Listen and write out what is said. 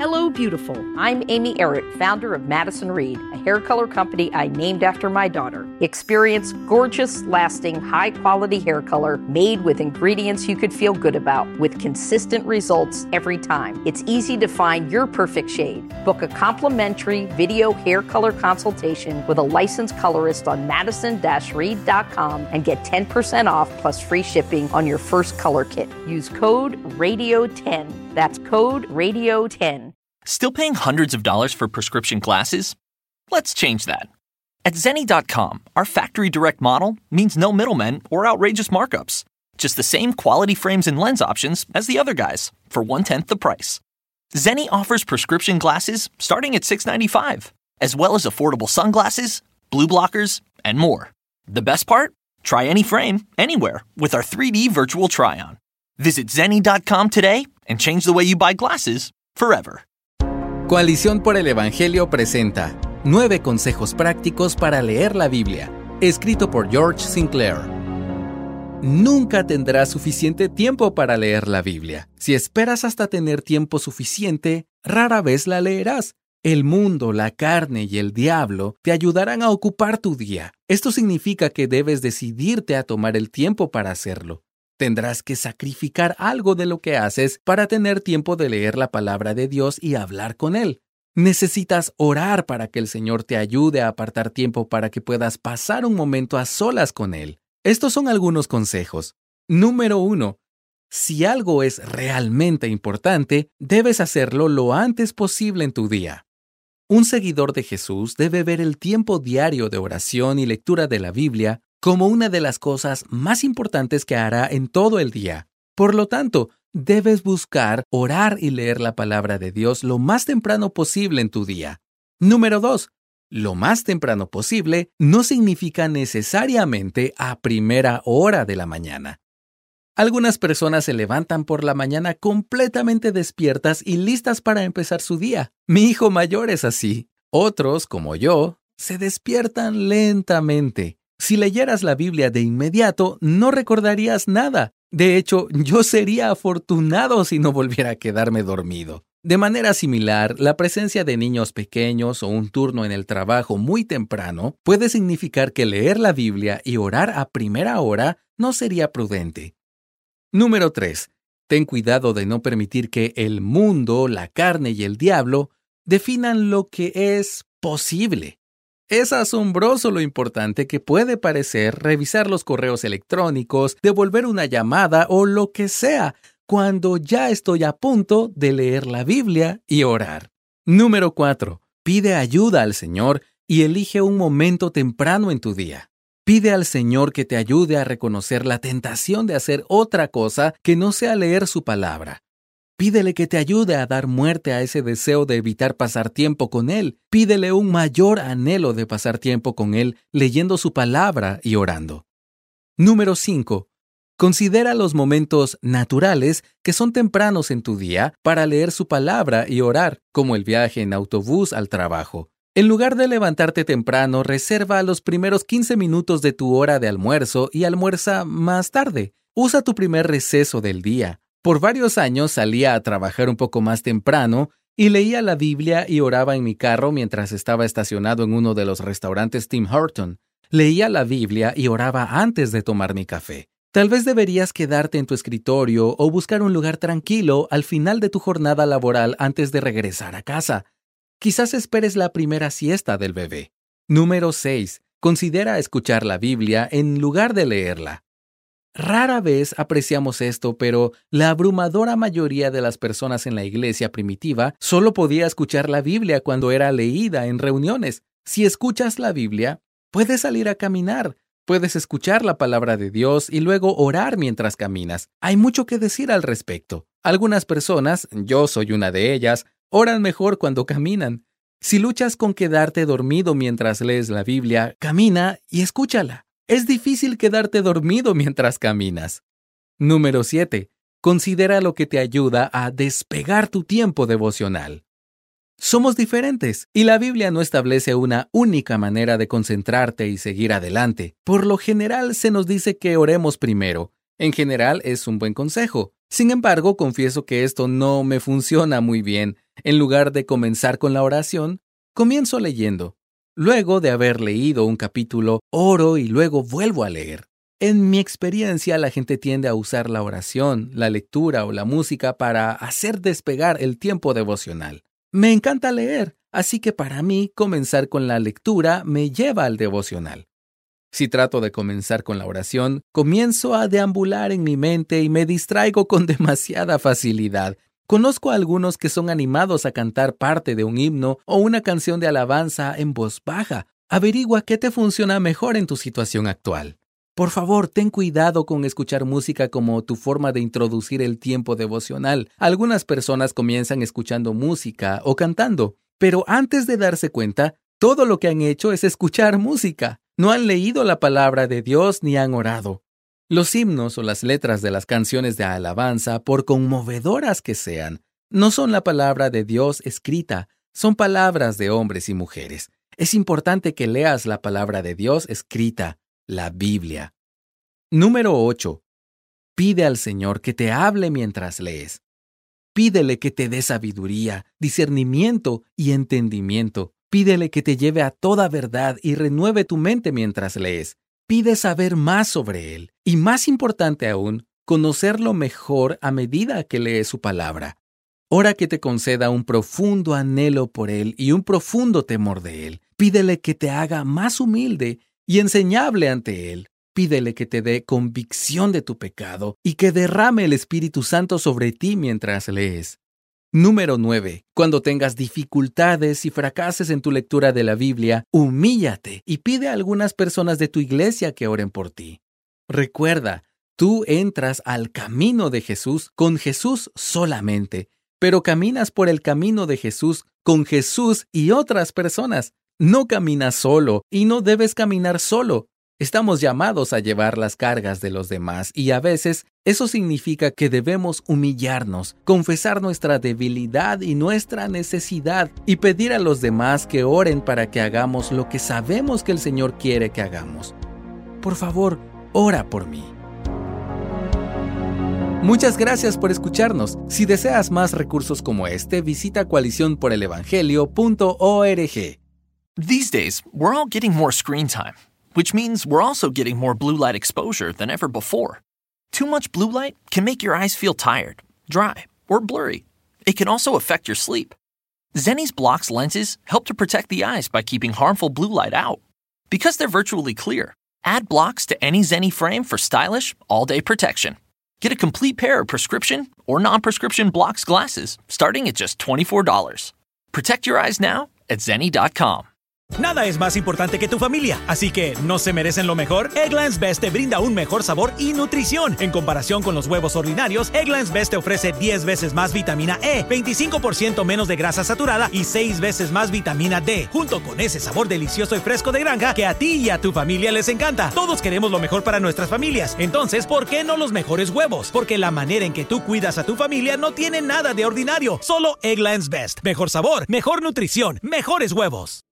Hello, beautiful. I'm Amy Errett, founder of Madison Reed, a hair color company I named after my daughter. Experience gorgeous, lasting, high-quality hair color made with ingredients you could feel good about, with consistent results every time. It's easy to find your perfect shade. Book a complimentary video hair color consultation with a licensed colorist on madison-reed.com and get 10% off plus free shipping on your first color kit. Use code RADIO10. That's code RADIO10. Still paying hundreds of dollars for prescription glasses? Let's change that. At Zenni.com, our factory direct model means no middlemen or outrageous markups. Just the same quality frames and lens options as the other guys for 1/10 the price. Zenni offers prescription glasses starting at $6.95, as well as affordable sunglasses, blue blockers, and more. The best part? Try any frame, anywhere, with our 3D virtual try-on. Visit Zenni.com today and change the way you buy glasses forever. Coalición por el Evangelio presenta 9 consejos prácticos para leer la Biblia, escrito por George Sinclair. Nunca tendrás suficiente tiempo para leer la Biblia. Si esperas hasta tener tiempo suficiente, rara vez la leerás. El mundo, la carne y el diablo te ayudarán a ocupar tu día. Esto significa que debes decidirte a tomar el tiempo para hacerlo. Tendrás que sacrificar algo de lo que haces para tener tiempo de leer la palabra de Dios y hablar con Él. Necesitas orar para que el Señor te ayude a apartar tiempo para que puedas pasar un momento a solas con Él. Estos son algunos consejos. Número 1. Si algo es realmente importante, debes hacerlo lo antes posible en tu día. Un seguidor de Jesús debe ver el tiempo diario de oración y lectura de la Biblia como una de las cosas más importantes que hará en todo el día. Por lo tanto, debes buscar orar y leer la palabra de Dios lo más temprano posible en tu día. Número 2. Lo más temprano posible no significa necesariamente a primera hora de la mañana. Algunas personas se levantan por la mañana completamente despiertas y listas para empezar su día. Mi hijo mayor es así. Otros, como yo, se despiertan lentamente. Si leyeras la Biblia de inmediato, no recordarías nada. De hecho, yo sería afortunado si no volviera a quedarme dormido. De manera similar, la presencia de niños pequeños o un turno en el trabajo muy temprano puede significar que leer la Biblia y orar a primera hora no sería prudente. Número 3. Ten cuidado de no permitir que el mundo, la carne y el diablo definan lo que es posible. Es asombroso lo importante que puede parecer revisar los correos electrónicos, devolver una llamada o lo que sea, cuando ya estoy a punto de leer la Biblia y orar. Número 4. Pide ayuda al Señor y elige un momento temprano en tu día. Pide al Señor que te ayude a reconocer la tentación de hacer otra cosa que no sea leer su palabra. Pídele que te ayude a dar muerte a ese deseo de evitar pasar tiempo con Él. Pídele un mayor anhelo de pasar tiempo con Él leyendo su palabra y orando. Número 5. Considera los momentos naturales que son tempranos en tu día para leer su palabra y orar, como el viaje en autobús al trabajo. En lugar de levantarte temprano, reserva los primeros 15 minutos de tu hora de almuerzo y almuerza más tarde. Usa tu primer receso del día. Por varios años salía a trabajar un poco más temprano y leía la Biblia y oraba en mi carro mientras estaba estacionado en uno de los restaurantes Tim Horton. Leía la Biblia y oraba antes de tomar mi café. Tal vez deberías quedarte en tu escritorio o buscar un lugar tranquilo al final de tu jornada laboral antes de regresar a casa. Quizás esperes la primera siesta del bebé. Número 6. Considera escuchar la Biblia en lugar de leerla. Rara vez apreciamos esto, pero la abrumadora mayoría de las personas en la iglesia primitiva solo podía escuchar la Biblia cuando era leída en reuniones. Si escuchas la Biblia, puedes salir a caminar, puedes escuchar la palabra de Dios y luego orar mientras caminas. Hay mucho que decir al respecto. Algunas personas, yo soy una de ellas, oran mejor cuando caminan. Si luchas con quedarte dormido mientras lees la Biblia, camina y escúchala. Es difícil quedarte dormido mientras caminas. Número 7. Considera lo que te ayuda a despegar tu tiempo devocional. Somos diferentes y la Biblia no establece una única manera de concentrarte y seguir adelante. Por lo general se nos dice que oremos primero. En general es un buen consejo. Sin embargo, confieso que esto no me funciona muy bien. En lugar de comenzar con la oración, comienzo leyendo. Luego de haber leído un capítulo, oro y luego vuelvo a leer. En mi experiencia, la gente tiende a usar la oración, la lectura o la música para hacer despegar el tiempo devocional. Me encanta leer, así que para mí comenzar con la lectura me lleva al devocional. Si trato de comenzar con la oración, comienzo a deambular en mi mente y me distraigo con demasiada facilidad. Conozco a algunos que son animados a cantar parte de un himno o una canción de alabanza en voz baja. Averigua qué te funciona mejor en tu situación actual. Por favor, ten cuidado con escuchar música como tu forma de introducir el tiempo devocional. Algunas personas comienzan escuchando música o cantando, pero antes de darse cuenta, todo lo que han hecho es escuchar música. No han leído la palabra de Dios ni han orado. Los himnos o las letras de las canciones de alabanza, por conmovedoras que sean, no son la palabra de Dios escrita, son palabras de hombres y mujeres. Es importante que leas la palabra de Dios escrita, la Biblia. Número 8. Pide al Señor que te hable mientras lees. Pídele que te dé sabiduría, discernimiento y entendimiento. Pídele que te lleve a toda verdad y renueve tu mente mientras lees. Pide saber más sobre Él y, más importante aún, conocerlo mejor a medida que lees su palabra. Ora que te conceda un profundo anhelo por Él y un profundo temor de Él. Pídele que te haga más humilde y enseñable ante Él. Pídele que te dé convicción de tu pecado y que derrame el Espíritu Santo sobre ti mientras lees. Número 9. Cuando tengas dificultades y fracases en tu lectura de la Biblia, humíllate y pide a algunas personas de tu iglesia que oren por ti. Recuerda, tú entras al camino de Jesús con Jesús solamente, pero caminas por el camino de Jesús con Jesús y otras personas. No caminas solo y no debes caminar solo. Estamos llamados a llevar las cargas de los demás y a veces eso significa que debemos humillarnos, confesar nuestra debilidad y nuestra necesidad y pedir a los demás que oren para que hagamos lo que sabemos que el Señor quiere que hagamos. Por favor, ora por mí. Muchas gracias por escucharnos. Si deseas más recursos como este, visita coaliciónporelevangelio.org. These days, we're all getting more screen time, which means we're also getting more blue light exposure than ever before. Too much blue light can make your eyes feel tired, dry, or blurry. It can also affect your sleep. Zenni's Blocks lenses help to protect the eyes by keeping harmful blue light out. Because they're virtually clear, add blocks to any Zenni frame for stylish, all-day protection. Get a complete pair of prescription or non-prescription Blocks glasses starting at just $24. Protect your eyes now at Zenni.com. Nada es más importante que tu familia, así que ¿no se merecen lo mejor? Eggland's Best te brinda un mejor sabor y nutrición. En comparación con los huevos ordinarios, Eggland's Best te ofrece 10 veces más vitamina E, 25% menos de grasa saturada y 6 veces más vitamina D, junto con ese sabor delicioso y fresco de granja que a ti y a tu familia les encanta. Todos queremos lo mejor para nuestras familias, entonces, ¿por qué no los mejores huevos? Porque la manera en que tú cuidas a tu familia no tiene nada de ordinario, solo Eggland's Best. Mejor sabor, mejor nutrición, mejores huevos.